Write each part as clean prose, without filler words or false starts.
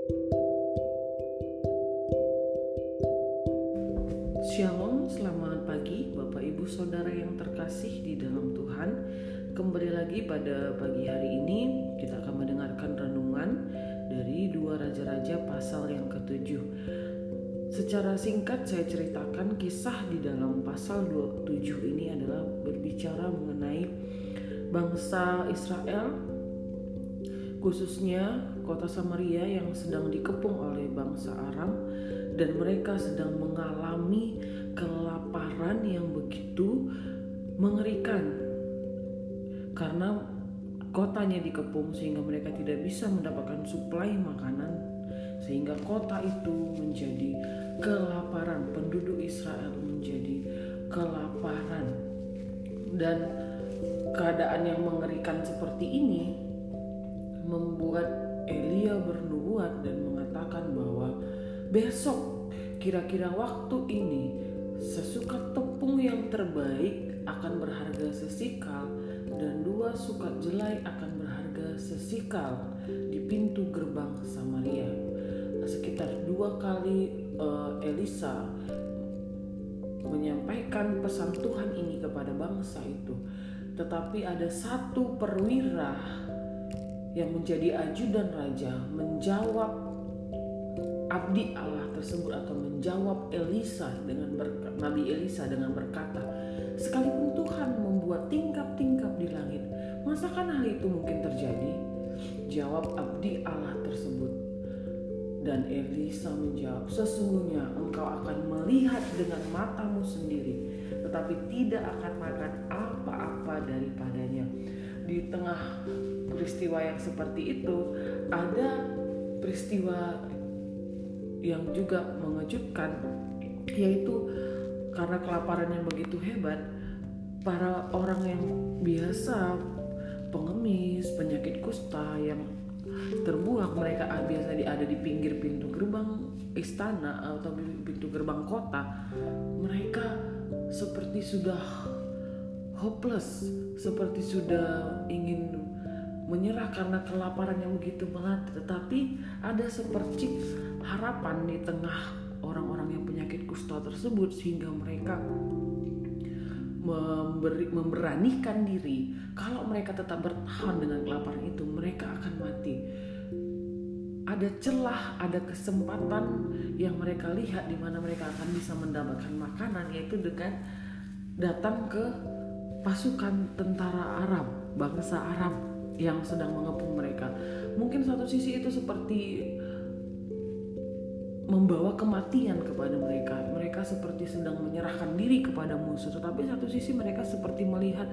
Shalom, selamat pagi Bapak Ibu Saudara yang terkasih di dalam Tuhan. Kembali lagi pada pagi hari ini kita akan mendengarkan renungan dari 2 Raja-Raja pasal yang ke-7. Secara singkat saya ceritakan kisah di dalam pasal 27 ini adalah berbicara mengenai bangsa Israel, khususnya kota Samaria yang sedang dikepung oleh bangsa Aram, dan mereka sedang mengalami kelaparan yang begitu mengerikan karena kotanya dikepung sehingga mereka tidak bisa mendapatkan suplai makanan, sehingga kota itu menjadi kelaparan, penduduk Israel menjadi kelaparan. Dan keadaan yang mengerikan seperti ini membuat Elia bernubuat dan mengatakan bahwa besok kira-kira waktu ini sesukat tepung yang terbaik akan berharga sesikal dan 2 sukat jelai akan berharga sesikal di pintu gerbang Samaria. Sekitar 2 kali Elisa menyampaikan pesan Tuhan ini kepada bangsa itu. Tetapi ada satu perwira yang menjadi ajudan raja menjawab abdi Allah tersebut atau menjawab Nabi Elisa dengan berkata, sekalipun Tuhan membuat tingkap-tingkap di langit, masakan hal itu mungkin terjadi? Jawab abdi Allah tersebut. Dan Elisa menjawab, sesungguhnya engkau akan melihat dengan matamu sendiri, tetapi tidak akan makan apa-apa daripadanya. Di tengah peristiwa yang seperti itu ada peristiwa yang juga mengejutkan, yaitu karena kelaparan yang begitu hebat, para orang yang biasa, pengemis, penyakit kusta yang terbuang, mereka biasa ada di pinggir pintu gerbang istana atau pintu gerbang kota. Mereka seperti sudah hopeless, seperti sudah ingin menyerah karena kelaparan yang begitu melanda. Tetapi ada sepercik harapan di tengah orang-orang yang penyakit kusta tersebut, sehingga mereka memberanikan diri. Kalau mereka tetap bertahan dengan kelaparan itu, mereka akan mati. Ada celah, ada kesempatan yang mereka lihat di mana mereka akan bisa mendapatkan makanan, yaitu dengan datang ke pasukan tentara Aram, bangsa Aram yang sedang mengepung mereka. Mungkin satu sisi itu seperti membawa kematian kepada mereka. Mereka seperti sedang menyerahkan diri kepada musuh. Tetapi satu sisi mereka seperti melihat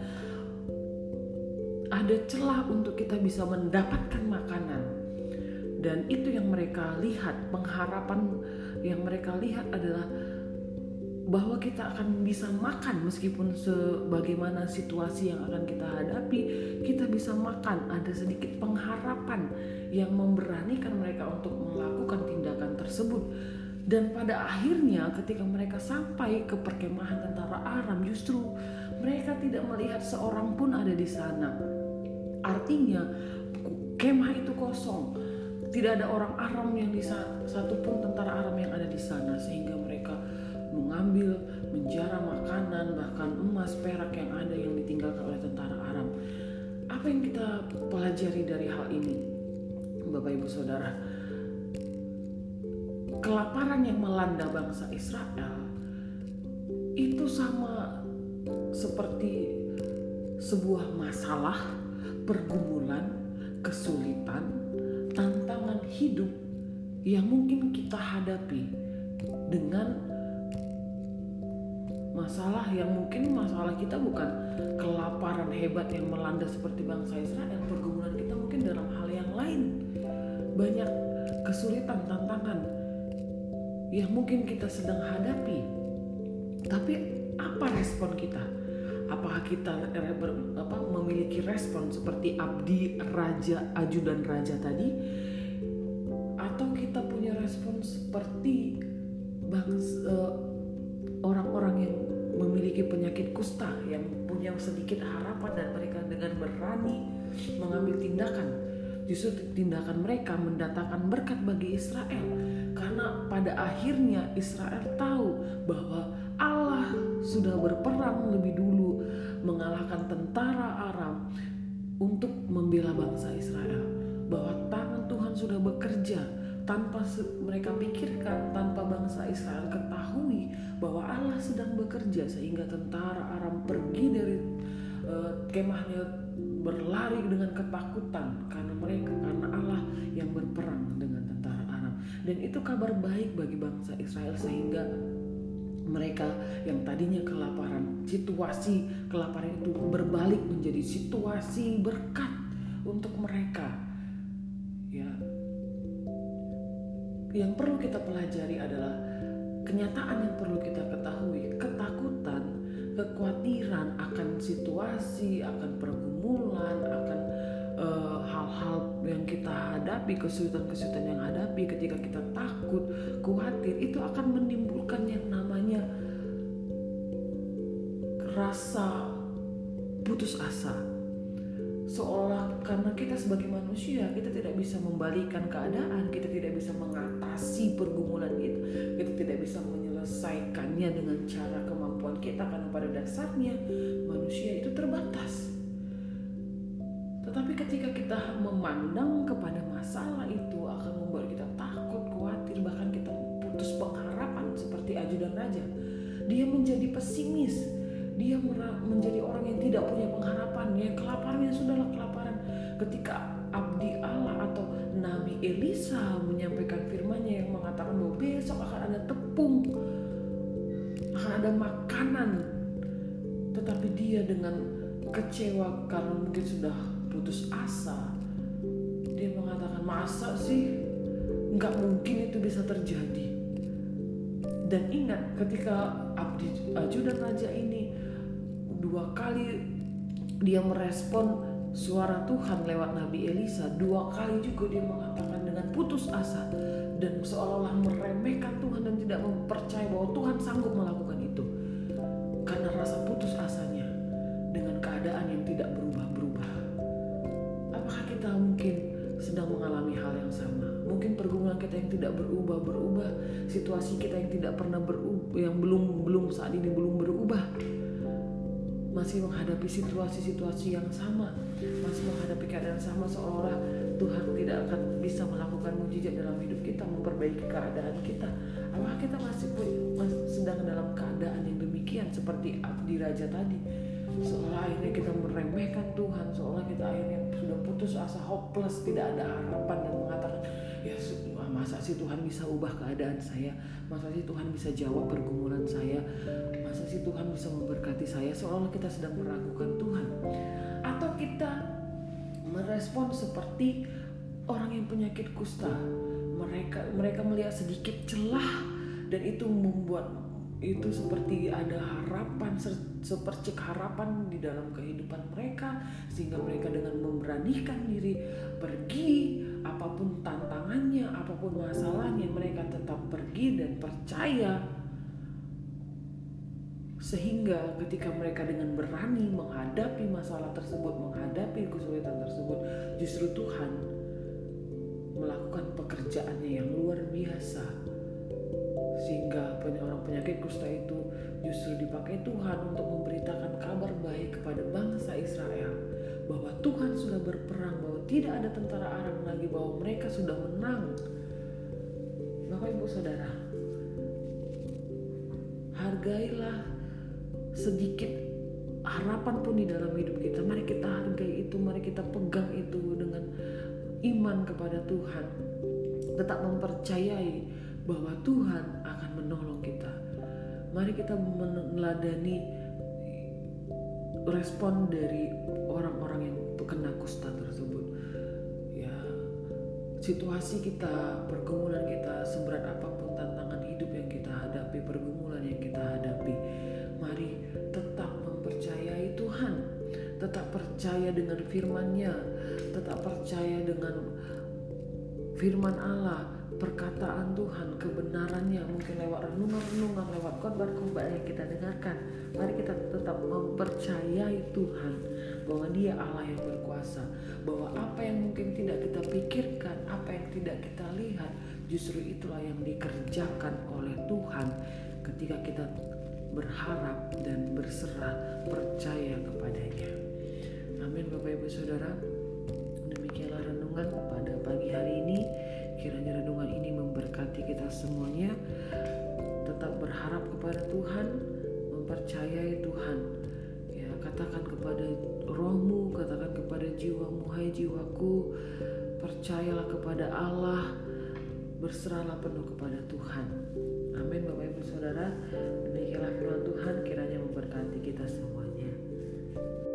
ada celah untuk kita bisa mendapatkan makanan. Dan itu yang mereka lihat, pengharapan yang mereka lihat adalah bahwa kita akan bisa makan meskipun sebagaimana situasi yang akan kita hadapi, kita bisa makan. Ada sedikit pengharapan yang memberanikan mereka untuk melakukan tindakan tersebut. Dan pada akhirnya ketika mereka sampai ke perkemahan tentara Aram, justru mereka tidak melihat seorang pun ada di sana. Artinya kemah itu kosong, tidak ada orang Aram yang di sana, satupun tentara Aram yang ada di sana, sehingga mereka mengambil, menjara makanan, bahkan emas, perak yang ada yang ditinggalkan oleh tentara Aram. Apa yang kita pelajari dari hal ini, Bapak Ibu Saudara? Kelaparan yang melanda bangsa Israel itu sama seperti sebuah masalah, pergumulan, kesulitan, tantangan hidup yang mungkin kita hadapi dengan masalah yang mungkin masalah kita bukan kelaparan hebat yang melanda seperti bangsa Israel. Pergumulan kita mungkin dalam hal yang lain. Banyak kesulitan, tantangan yang mungkin kita sedang hadapi. Tapi apa respon kita? Apakah kita memiliki respon seperti abdi raja, ajudan raja tadi? Atau kita punya respon seperti orang-orang yang memiliki penyakit kusta, yang punya sedikit harapan dan mereka dengan berani mengambil tindakan. Justru tindakan mereka mendatangkan berkat bagi Israel, karena pada akhirnya Israel tahu bahwa Allah sudah berperang lebih dulu mengalahkan tentara Aram untuk membela bangsa Israel, bahwa tangan Tuhan sudah bekerja tanpa mereka pikirkan, tanpa bangsa Israel ketahui bahwa Allah sedang bekerja, sehingga tentara Aram pergi dari kemahnya berlari dengan ketakutan karena Allah yang berperang dengan tentara Aram. Dan itu kabar baik bagi bangsa Israel, sehingga mereka yang tadinya kelaparan, situasi kelaparan itu berbalik menjadi situasi berkat untuk mereka. Ya, yang perlu kita pelajari adalah kenyataan yang perlu kita ketahui. Ketakutan, kekhawatiran akan situasi, akan pergumulan, akan hal-hal yang kita hadapi, kesulitan-kesulitan yang hadapi, ketika kita takut, khawatir, itu akan menimbulkan yang namanya rasa putus asa. Seolah karena kita sebagai manusia, kita tidak bisa membalikan keadaan, kita tidak bisa mengatasi pergumulan itu, kita tidak bisa menyelesaikannya dengan cara kemampuan kita, karena pada dasarnya manusia itu terbatas. Tetapi ketika kita memandang kepada masalah itu, akan membuat kita takut, khawatir, bahkan kita putus pengharapan seperti ajudan raja. Dia menjadi pesimis, dia menjadi orang yang tidak punya pengharapan. Ya, kelaparannya sudahlah kelaparan. Ketika abdi Allah atau Nabi Elisa menyampaikan firman-Nya yang mengatakan bahwa besok akan ada tepung, akan ada makanan, tetapi dia dengan kecewa karena mungkin sudah putus asa, dia mengatakan, masa sih, nggak mungkin itu bisa terjadi. Dan ingat, ketika ajudan raja ini 2 kali dia merespon suara Tuhan lewat Nabi Elisa, 2 kali juga dia mengatakan dengan putus asa dan seolah-olah meremehkan Tuhan dan tidak mempercayai bahwa Tuhan sanggup melakukan itu, karena rasa putus asanya dengan keadaan yang tidak berubah-berubah. Apakah kita mungkin sedang mengalami hal yang sama? Mungkin pergumulan kita yang tidak berubah-berubah, situasi kita yang tidak pernah berubah, yang belum saat ini belum berubah, masih menghadapi situasi-situasi yang sama, masih menghadapi keadaan sama, seolah-olah Tuhan tidak akan bisa melakukan mujizat dalam hidup kita, memperbaiki keadaan kita. Apakah kita masih sedang dalam keadaan yang demikian seperti abdi raja tadi? Seolah akhirnya kita meremehkan Tuhan, seolah kita akhirnya sudah putus asa, hopeless, tidak ada harapan, dan mengatakan, ya masa sih Tuhan bisa ubah keadaan saya, masa sih Tuhan bisa jawab pergumulan saya, masa sih Tuhan bisa memberkati saya, seolah kita sedang meragukan Tuhan. Atau kita merespon seperti orang yang penyakit kusta, mereka melihat sedikit celah dan itu membuat itu seperti ada harapan, sepercik harapan di dalam kehidupan mereka, sehingga mereka dengan memberanikan diri pergi, apapun tantangannya, apapun masalahnya, mereka tetap pergi dan percaya. Sehingga ketika mereka dengan berani menghadapi masalah tersebut, menghadapi kesulitan tersebut, justru Tuhan melakukan pekerjaannya yang luar biasa, sehingga orang penyakit kusta itu justru dipakai Tuhan untuk memberitakan kabar baik kepada bangsa Israel bahwa Tuhan sudah berperang, bahwa tidak ada tentara Aram lagi, bahwa mereka sudah menang. Bapak Ibu Saudara, hargailah sedikit harapan pun di dalam hidup kita. Mari kita hargai itu, mari kita pegang itu dengan iman kepada Tuhan, tetap mempercayai bahwa Tuhan akan menolong kita. Mari kita meneladani respon dari orang-orang yang terkena kusta tersebut. Ya, situasi kita, pergumulan kita, seberat apapun tantangan hidup yang kita hadapi, pergumulan yang kita hadapi, mari tetap mempercayai Tuhan, tetap percaya dengan firman-Nya, tetap percaya dengan firman Allah, perkataan Tuhan, kebenarannya, mungkin lewat renungan-renungan, lewat khotbah-khotbah yang kita dengarkan. Mari kita tetap mempercayai Tuhan bahwa Dia Allah yang berkuasa, bahwa apa yang mungkin tidak kita pikirkan, apa yang tidak kita lihat, justru itulah yang dikerjakan oleh Tuhan ketika kita berharap dan berserah percaya kepadanya. Amin. Bapak Ibu Saudara, demikianlah renungan pada pagi hari ini. Kiranya renungan ini memberkati kita semuanya. Tetap berharap kepada Tuhan, mempercayai Tuhan. Ya, katakan kepada rohmu, katakan kepada jiwamu, hai jiwaku, percayalah kepada Allah, berserahlah penuh kepada Tuhan. Amin. Bapak Ibu Saudara, demikianlah firman Tuhan, kiranya memberkati kita semuanya.